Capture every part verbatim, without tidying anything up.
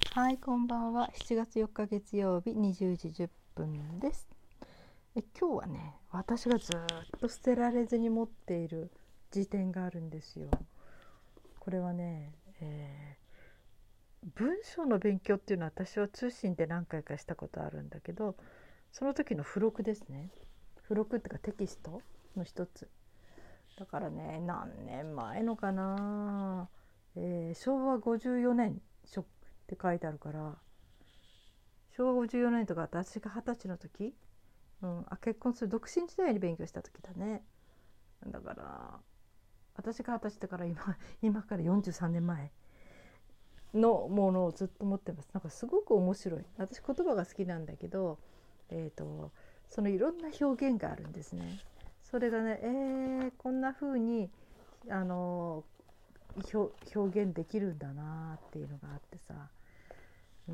はい、こんばんは。しちがつよっか月曜日にじゅうじじゅっぷんです。え今日はね、私がずっと捨てられずに持っている辞典があるんですよ。これはね、えー文章の勉強っていうのは私は通信で何回かしたことあるんだけど、その時の付録ですね。付録っていうかテキストの一つ。だからね、何年前のかな、えー、しょうわごじゅうよねんって書いてあるから、しょうわごじゅうよねんとか私がはたちの時、うん、あ結婚する独身時代に勉強した時だね。だから私がはたちだから今今からよんじゅうさんねんまえのものをずっと持ってます。なんかすごく面白い。私言葉が好きなんだけど、えーと、そのいろんな表現があるんですね。それがね、えー、こんな風にあの表表現できるんだなっていうのがあってさ、うん、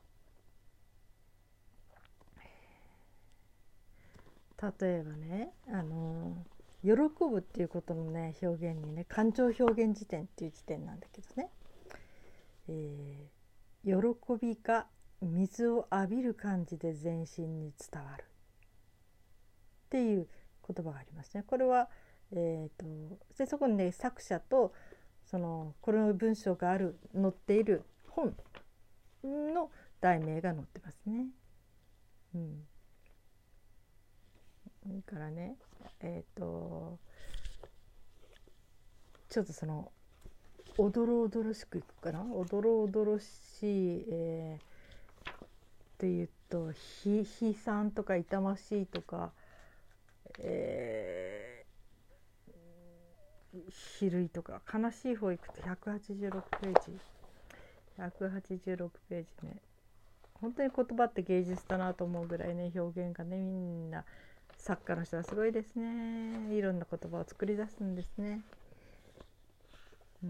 例えばね、あの喜ぶっていうことのね表現にね、感情表現辞典っていう辞典なんだけどね、えー、喜びが水を浴びる感じで全身に伝わるっていう言葉がありますね。これは、えー、とでそこにね作者とそのこれの文章がある載っている本の題名が載ってますね。うん、それからね、えっ、ー、とちょっとそのおどろおどろしくいくかな。おどろおどろしい、えー、っていうとひ悲惨とか痛ましいとか、えー、ひるいとか悲しい方いくとひゃくはちじゅうろくページひゃくはちじゅうろくページね。本当に言葉って芸術だなと思うぐらいね、表現がね、みんな作家の人はすごいですね。いろんな言葉を作り出すんですね。うん。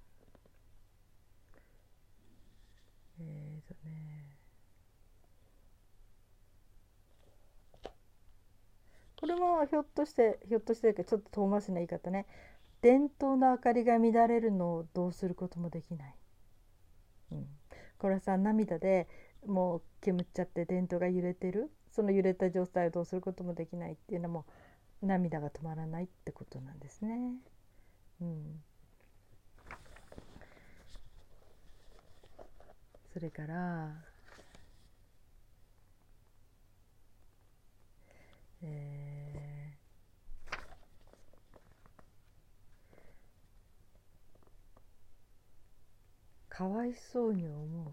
えーとねこれもひょっとしてひょっとしてちょっと遠回しな言い方ね。伝統の明かりが乱れるのをどうすることもできない、うん、これはさ、涙でもう煙っちゃって伝統が揺れてる、その揺れた状態をどうすることもできないっていうのも涙が止まらないってことなんですね。うん、それから、えー、かわいそうに思う。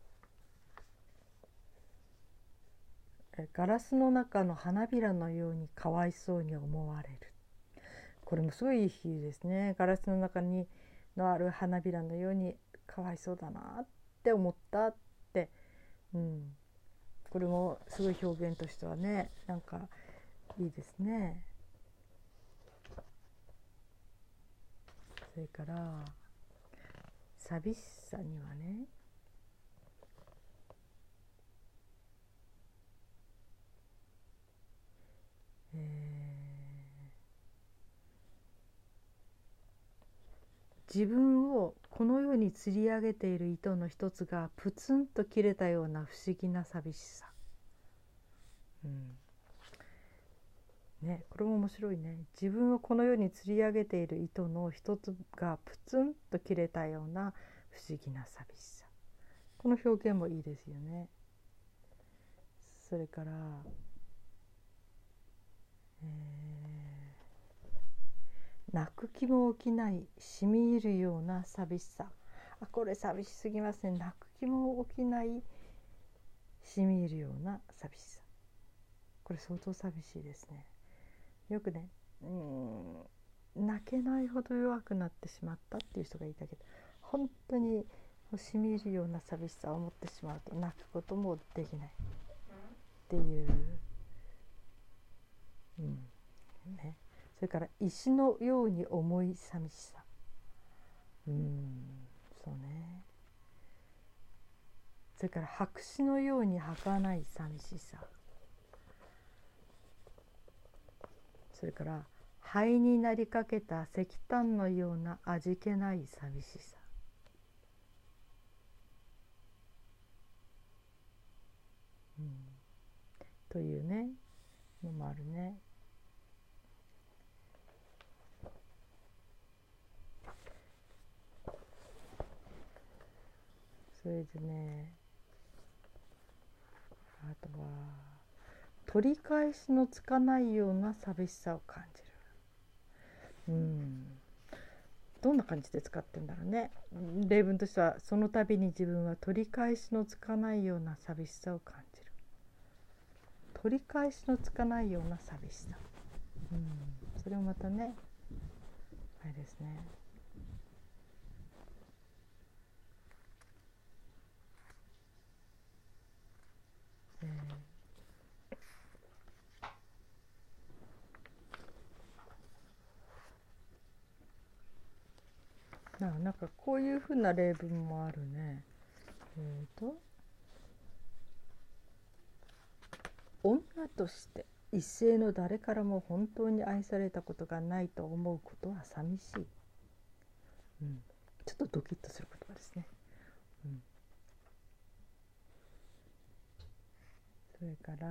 ガラスの中の花びらのようにかわいそうに思われる。これもすごいいい比喩ですね。ガラスの中にのある花びらのようにかわいそうだなって思ったって、うん、これもすごい表現としてはね、なんかいいですね。それから寂しさにはね、えー、自分をこの世に釣り上げている糸の一つがプツンと切れたような不思議な寂しさ、うんね、これも面白いね。自分をこの世に釣り上げている糸の一つがプツンと切れたような不思議な寂しさ、この表現もいいですよね。それから、えー、泣く気も起きないしみ入るような寂しさ、あこれ寂しすぎますね。泣く気も起きないしみ入るような寂しさ、これ相当寂しいですね。よくね、うーん泣けないほど弱くなってしまったっていう人がいたけど、本当にしみ入るような寂しさを持ってしまうと泣くこともできないっていう、うんね、それから石のように重い寂しさ、うんそうね。それから白紙のように儚い寂しさ、それから灰になりかけた石炭のような味気ない寂しさ、 というねのもあるね。それでね、あとは取り返しのつかないような寂しさを感じる。うん、どんな感じで使ってんだろうね。例文としては、その度に自分は取り返しのつかないような寂しさを感じる。取り返しのつかないような寂しさ、うん、それもまたねあれですね。えー、ななんかこういうふうな例文もあるね。えーと女として一世の誰からも本当に愛されたことがないと思うことは寂しい、うん、ちょっとドキッとする言葉ですね。うん、それから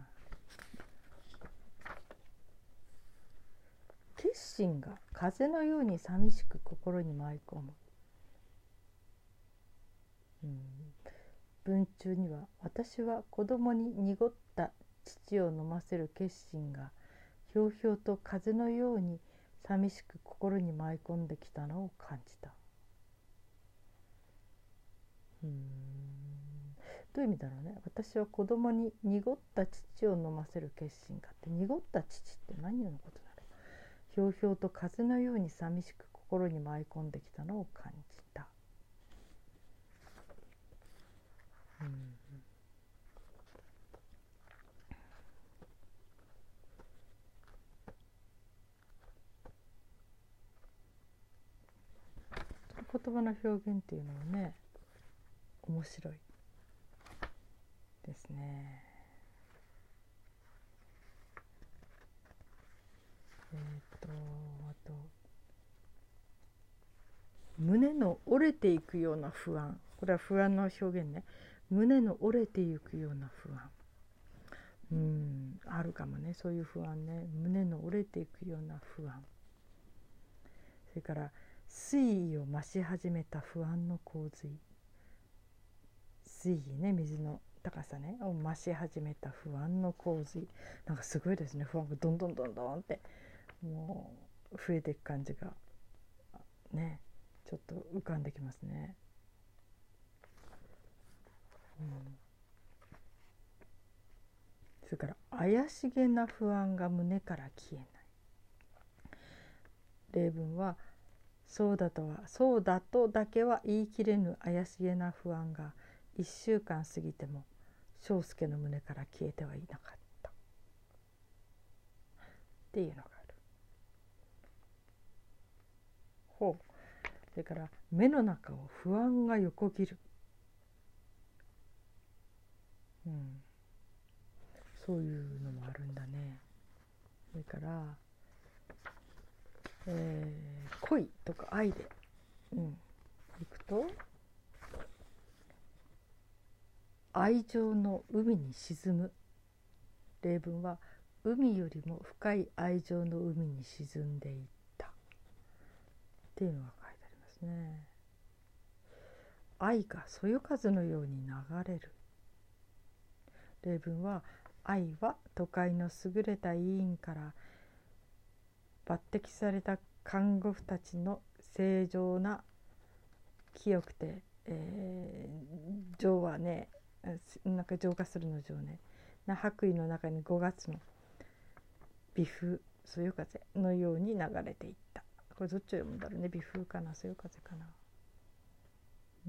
決心が風のように寂しく心に舞い込む、うん、文中には私は子供に濁った乳を飲ませる決心がひょうひょうと風のように寂しく心に舞い込んできたのを感じた。うーん、どういう意味だろうね。私は子供に濁った乳を飲ませる決心がって、濁った乳って何のことなの。ひょうひょうと風のように寂しく心に舞い込んできたのを感じた。うん、言葉の表現っていうのはね面白いですね。えっとあと胸の折れていくような不安、これは不安の表現ね。胸の折れていくような不安、うん、あるかもね、そういう不安ね。胸の折れていくような不安、それから水位を増し始めた不安の洪水、水位ね、水の高さねを増し始めた不安の洪水、なんかすごいですね。不安がどんどんどんどんってもう増えていく感じがねちょっと浮かんできますね。うん、それから怪しげな不安が胸から消えない。例文はそうだとはそうだとだけは言い切れぬ怪しげな不安がいっしゅうかん過ぎても庄助の胸から消えてはいなかったっていうのがある。ほう。それから目の中を不安が横切る、うん、そういうのもあるんだね。それから、えー、恋とか愛で、うん、いくと愛情の海に沈む。例文は海よりも深い愛情の海に沈んでいったっていうのが書いてありますね。愛がそよ風のように流れる。例文は愛は都会の優れた医院から抜擢された看護婦たちの正常な清くて、えー、情はねなんか浄化するの情ねな白衣の中にごがつの微風そよ風のように流れていった。これどっちを読むんだろうね。微風かなそよ風かな。うん、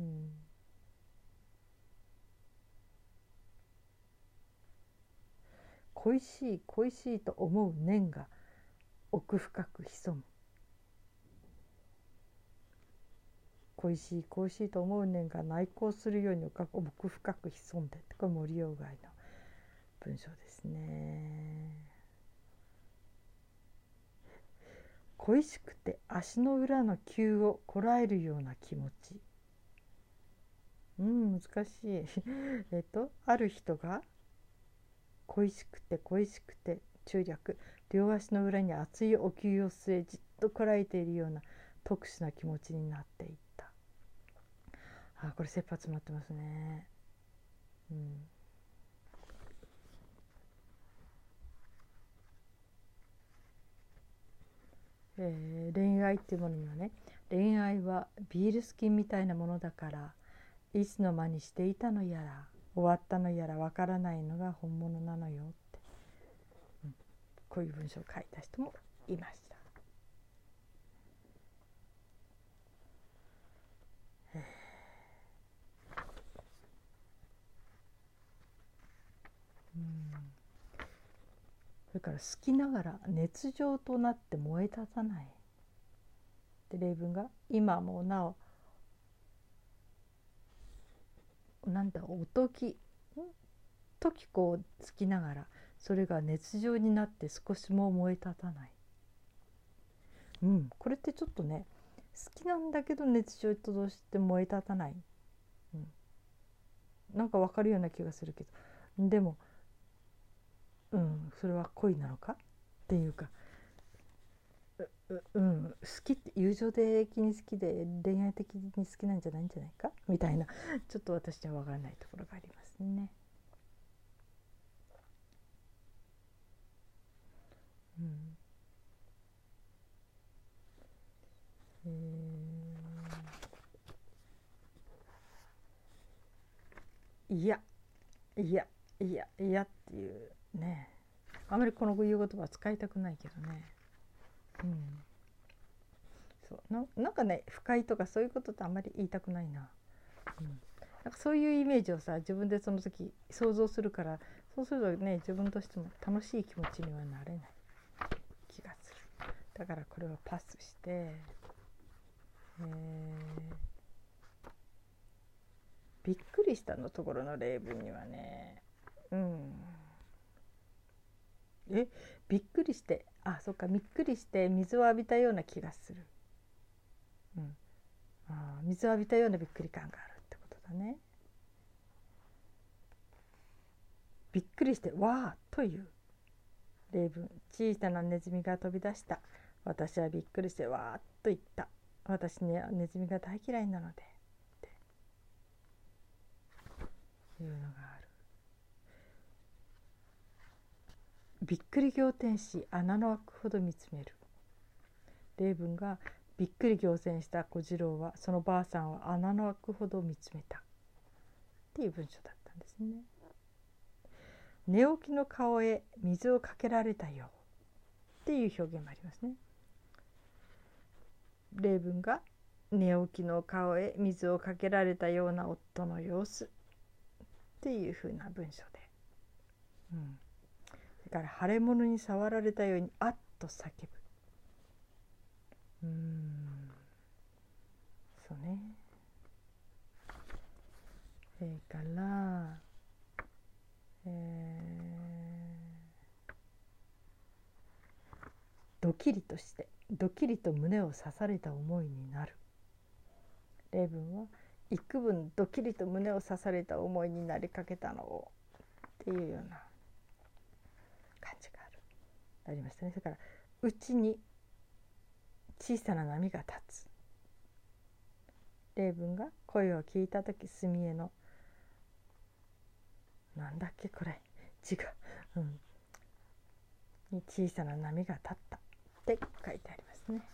恋しい恋しいと思う念が奥深く潜む。恋しい恋しいと思う念が内向するように奥深く潜んで、これ森鴎外の文章ですね。恋しくて足の裏の球をこらえるような気持ち、うん難しいえっとある人が恋しくて恋しくて中略、両足の裏に熱いお灸を据えじっとこらえているような特殊な気持ちになっていった。あ、これ切羽詰まってますね。うん、えー、恋愛っていうものにはね、恋愛はビールスキンみたいなものだから、いつの間にしていたのやら終わったのやらわからないのが本物なのよって、うん、こういう文章を書いた人もいました。うん、それから好きながら熱情となって燃え立たない。で例文が今もなおなんだおとき時子をつきながらそれが熱情になって少しも燃え立たない。うん、これってちょっとね好きなんだけど熱情として燃え立たない、うん、なんかわかるような気がするけど、でも、うん、それは恋なのかっていうか、う、うん、好きって友情的に好きで恋愛的に好きなんじゃないんじゃないかみたいな、ちょっと私には分からないところがありますね。うん、えー、いやいやいやいやっていうね、あまりこの言葉は使いたくないけどね、うん、そうな、なんかね不快とかそういうことってあんまり言いたくないな、うん、なんかそういうイメージをさ自分でその時想像するから、そうするとね自分としても楽しい気持ちにはなれない気がする。だからこれはパスして、えー、びっくりしたのところの例文にはね、うんえびっくりして、あそっかびっくりして水を浴びたような気がする、うん、あ水を浴びたようなびっくり感があるってことだね。びっくりしてわーという例文、小さなネズミが飛び出した。私はびっくりしてわーっと言った。私にはネズミが大嫌いなのでっていうのがある。びっくり仰天し穴の開くほど見つめる。例文がびっくり仰天した小次郎はそのばあさんを穴の開くほど見つめたっていう文章だったんですね。寝起きの顔へ水をかけられたよっていう表現もありますね。例文が寝起きの顔へ水をかけられたような夫の様子っていう風な文章で、うん、それから腫れ物に触られたようにあっと叫ぶ。うーんそうね。それから、えー、ドキリとしてドキリと胸を刺された思いになる。例文は幾分ドキリと胸を刺された思いになりかけたのをっていうような感じがあるありましたね。それからうちに小さな波が立つ。例文が声を聞いた時墨絵のなんだっけこれ違う、うん、に小さな波が立ったって書いてありますね、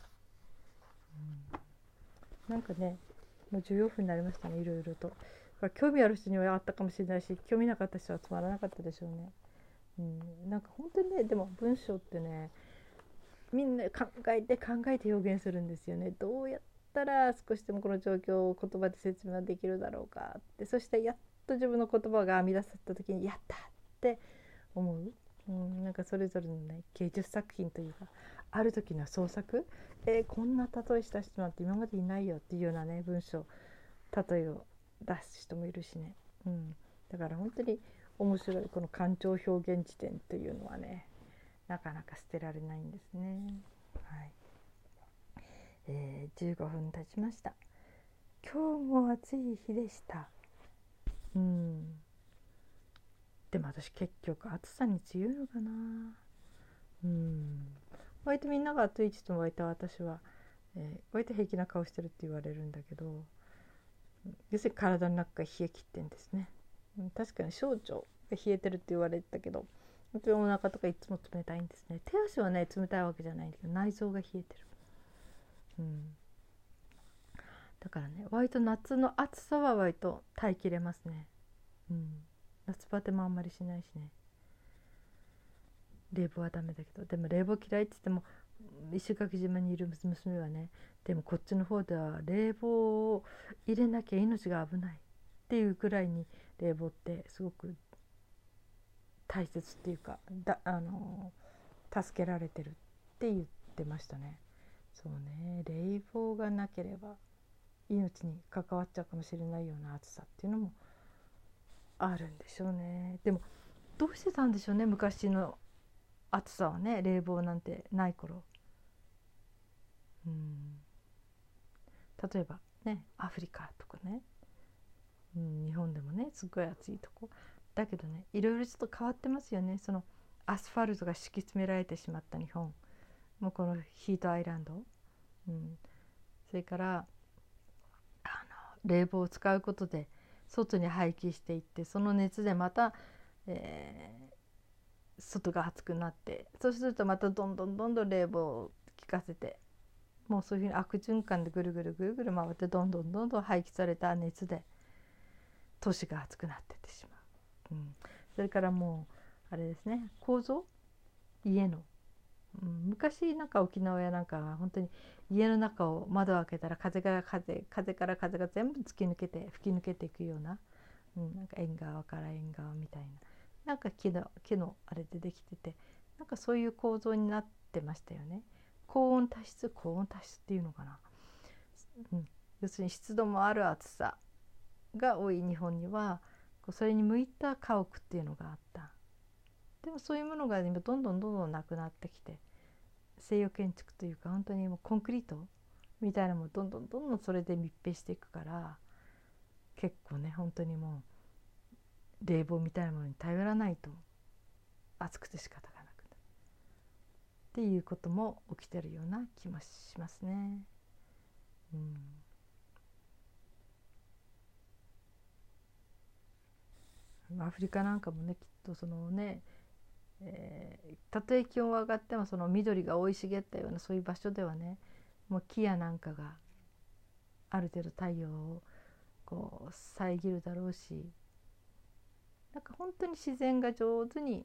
うん、なんかねもうじゅうよんぷんになりましたね。いろいろと興味ある人にはあったかもしれないし、興味なかった人はつまらなかったでしょうね、うん、なんか本当にねでも文章ってねみんな考えて考えて表現するんですよね。どうやったら少しでもこの状況を言葉で説明できるだろうかって、そしてやっと自分の言葉が編み出された時にやったって思う、うん、なんかそれぞれのね芸術作品というかある時の創作、えー、こんな例えした人なんて今までいないよっていうようなね文章例えを出す人もいるしね、うん、だから本当に面白いこの感情表現辞典というのはねなかなか捨てられないんですね。はい、えー、じゅうごふん経ちました。今日も暑い日でした。うんでも私結局暑さに強いのかな。うん割とみんなが暑いって言っても割と私は、えー、割と平気な顔してるって言われるんだけど、要するに体の中が冷え切ってんですね。確かに小腸が冷えてるって言われてたけど、本当にお腹とかいつも冷たいんですね。手足はね冷たいわけじゃないんだけど内臓が冷えてる。うんだからね割と夏の暑さは割と耐えきれますね。うん夏バテもあんまりしないしね。冷房はダメだけど、でも冷房嫌いって言っても石垣島にいる娘はね、でもこっちの方では冷房を入れなきゃ命が危ないっていうくらいに冷房ってすごく大切っていうかだあの助けられてるって言ってましたね。そうね冷房がなければ命に関わっちゃうかもしれないような暑さっていうのもあるんでしょうね。でもどうしてたんでしょうね昔の暑さはね、冷房なんてない頃。うん例えばねアフリカとかね、うん、日本でもねすっごい暑いとこだけどね、いろいろちょっと変わってますよね。そのアスファルトが敷き詰められてしまった日本もうこのヒートアイランド、うん、それからあの冷房を使うことで外に排気していって、その熱でまた、えー外が暑くなって、そうするとまたどんどんどんどん冷房を効かせて、もうそういうふうに悪循環でぐるぐるぐるぐる回ってどんどんどんどん排気された熱で都市が暑くなってってしまう、うん、それからもうあれですね構造家の、うん、昔なんか沖縄やなんかは本当に家の中を窓を開けたら風が風風から風が全部突き抜けて吹き抜けていくような、うん、なんか縁側から縁側みたいな、なんか木の木のあれでできてて、なんかそういう構造になってましたよね。高温多湿高温多湿っていうのかな、うん、要するに湿度もある暑さが多い日本にはそれに向いた家屋っていうのがあった。でもそういうものが今どんどんどんどんなくなってきて、西洋建築というか本当にもうコンクリートみたいなのもどんどんどんどんそれで密閉していくから、結構ね本当にもう冷房みたいなものに頼らないと暑くて仕方がなくなるっていうことも起きてるような気もしますね。うん、アフリカなんかもねきっとそのね、えー、たとえ気温が上がってもその緑が生い茂ったようなそういう場所ではね、もう木やなんかがある程度太陽をこう遮るだろうし、なんか本当に自然が上手に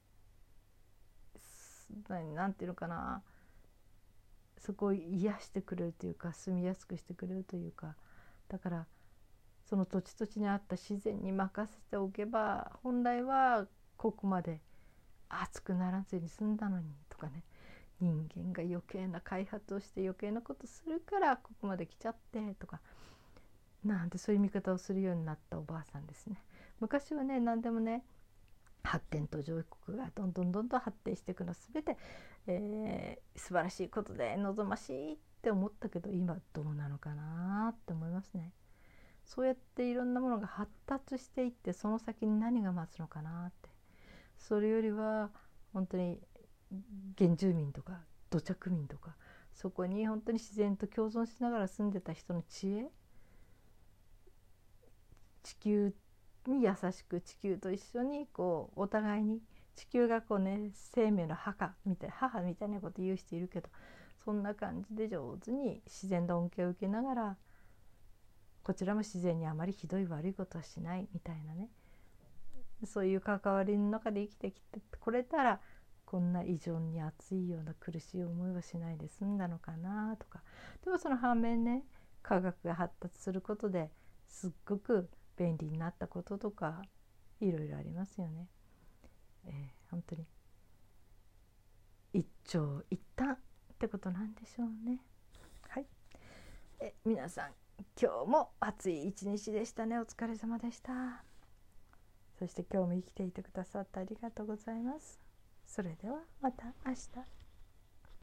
なんていうのかな、そこを癒してくれるというか住みやすくしてくれるというか、だからその土地土地にあった自然に任せておけば本来はここまで暑くならずに済んだのにとかね、人間が余計な開発をして余計なことするからここまで来ちゃってとか、なんてそういう見方をするようになったおばあさんですね。昔はね何でもね発展途上国がどんどんどんどん発展していくの全て、えー、素晴らしいことで望ましいって思ったけど、今どうなのかなって思いますね。そうやっていろんなものが発達していってその先に何が待つのかなって、それよりは本当に原住民とか土着民とかそこに本当に自然と共存しながら住んでた人の知恵、地球に優しく地球と一緒にこうお互いに、地球がこうね生命の母みたい母みたいなこと言う人いるけど、そんな感じで上手に自然の恩恵を受けながらこちらも自然にあまりひどい悪いことはしないみたいなね、そういう関わりの中で生きてきてこれたらこんな異常に暑いような苦しい思いはしないで済んだのかなとか。でもその反面ね科学が発達することですっごく便利になったこととかいろいろありますよね。えー、本当に一長一短ってことなんでしょうね。はい、え皆さん今日も暑い一日でしたね。お疲れ様でした。そして今日も生きていてくださってありがとうございます。それではまた明日。